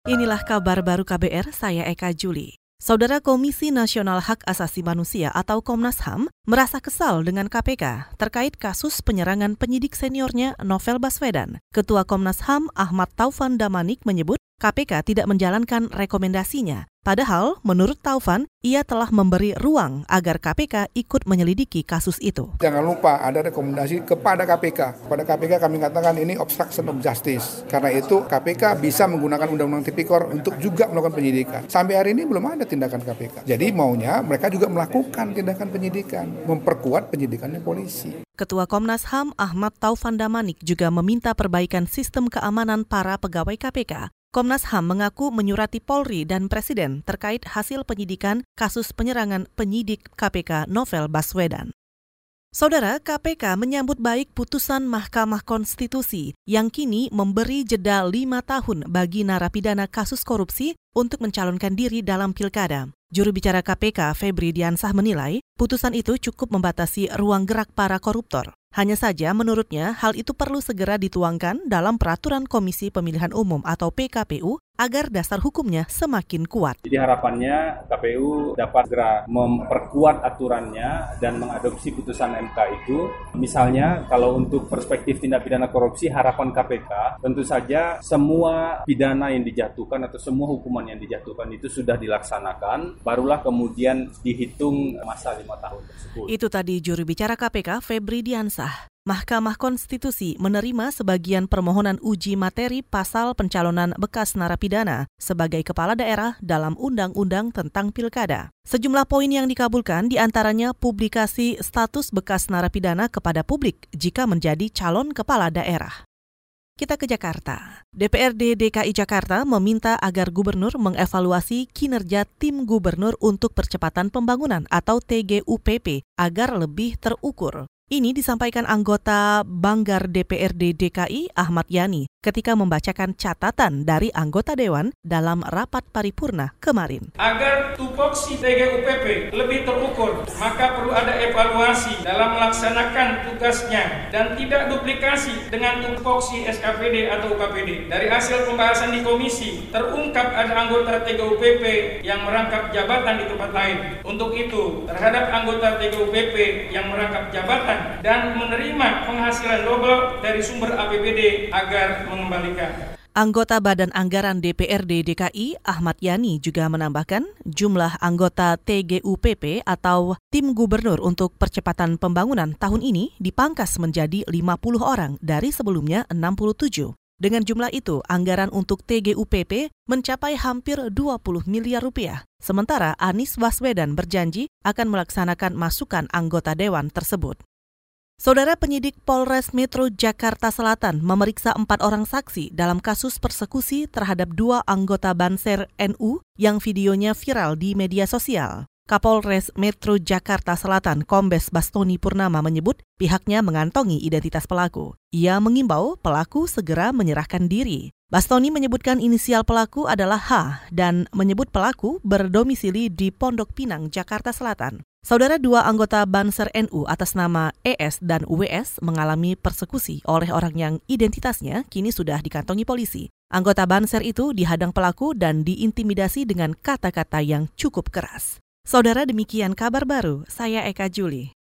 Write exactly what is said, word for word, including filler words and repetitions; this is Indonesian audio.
Inilah kabar baru K B R, saya Eka Juli. Saudara Komisi Nasional Hak Asasi Manusia atau Komnas H A M merasa kesal dengan K P K terkait kasus penyerangan penyidik seniornya Novel Baswedan. Ketua Komnas H A M Ahmad Taufan Damanik menyebut K P K tidak menjalankan rekomendasinya. Padahal menurut Taufan, ia telah memberi ruang agar K P K ikut menyelidiki kasus itu. Jangan lupa ada rekomendasi kepada K P K. Kepada K P K kami katakan ini obstruction of justice. Karena itu K P K bisa menggunakan Undang-Undang Tipikor untuk juga melakukan penyidikan. Sampai hari ini belum ada tindakan K P K. Jadi maunya mereka juga melakukan tindakan penyidikan, memperkuat penyidikannya polisi. Ketua Komnas H A M Ahmad Taufan Damanik juga meminta perbaikan sistem keamanan para pegawai K P K. Komnas H A M mengaku menyurati Polri dan Presiden terkait hasil penyidikan kasus penyerangan penyidik K P K Novel Baswedan. Saudara, K P K menyambut baik putusan Mahkamah Konstitusi yang kini memberi jeda lima tahun bagi narapidana kasus korupsi untuk mencalonkan diri dalam pilkada. Juru bicara K P K Febri Diansah menilai putusan itu cukup membatasi ruang gerak para koruptor. Hanya saja menurutnya hal itu perlu segera dituangkan dalam Peraturan Komisi Pemilihan Umum atau P K P U agar dasar hukumnya semakin kuat. Jadi harapannya K P U dapat segera memperkuat aturannya dan mengadopsi putusan M K itu. Misalnya kalau untuk perspektif tindak pidana korupsi, harapan K P K tentu saja semua pidana yang dijatuhkan atau semua hukuman yang dijatuhkan itu sudah dilaksanakan, barulah kemudian dihitung masa lima tahun tersebut. Itu tadi juru bicara K P K Febri Diansah. Mahkamah Konstitusi menerima sebagian permohonan uji materi pasal pencalonan bekas narapidana sebagai kepala daerah dalam Undang-Undang tentang Pilkada. Sejumlah poin yang dikabulkan diantaranya publikasi status bekas narapidana kepada publik jika menjadi calon kepala daerah. Kita ke Jakarta. D P R D D K I Jakarta meminta agar gubernur mengevaluasi kinerja tim gubernur untuk percepatan pembangunan atau T G U P P agar lebih terukur. Ini disampaikan anggota Banggar D P R D D K I Ahmad Yani ketika membacakan catatan dari anggota Dewan dalam rapat paripurna kemarin. Agar tupoksi T G U P P lebih terukur, maka perlu ada evaluasi dalam melaksanakan tugasnya dan tidak duplikasi dengan tupoksi S K P D atau U K P D. Dari hasil pembahasan di komisi, terungkap ada anggota T G U P P yang merangkap jabatan di tempat lain. Untuk itu, terhadap anggota T G U P P yang merangkap jabatan dan menerima penghasilan double dari sumber A P B D agar mengembalikan. Anggota Badan Anggaran D P R D D K I Ahmad Yani juga menambahkan jumlah anggota T G U P P atau Tim Gubernur untuk Percepatan Pembangunan tahun ini dipangkas menjadi lima puluh orang dari sebelumnya enam puluh tujuh. Dengan jumlah itu, anggaran untuk T G U P P mencapai hampir dua puluh miliar rupiah. Sementara Anies Baswedan berjanji akan melaksanakan masukan anggota Dewan tersebut. Saudara, penyidik Polres Metro Jakarta Selatan memeriksa empat orang saksi dalam kasus persekusi terhadap dua anggota Banser N U yang videonya viral di media sosial. Kapolres Metro Jakarta Selatan Kombes Bastoni Purnama menyebut pihaknya mengantongi identitas pelaku. Ia mengimbau pelaku segera menyerahkan diri. Bastoni menyebutkan inisial pelaku adalah H dan menyebut pelaku berdomisili di Pondok Pinang, Jakarta Selatan. Saudara, dua anggota Banser N U atas nama E S dan W S mengalami persekusi oleh orang yang identitasnya kini sudah dikantongi polisi. Anggota Banser itu dihadang pelaku dan diintimidasi dengan kata-kata yang cukup keras. Saudara, demikian kabar baru, saya Eka Juli.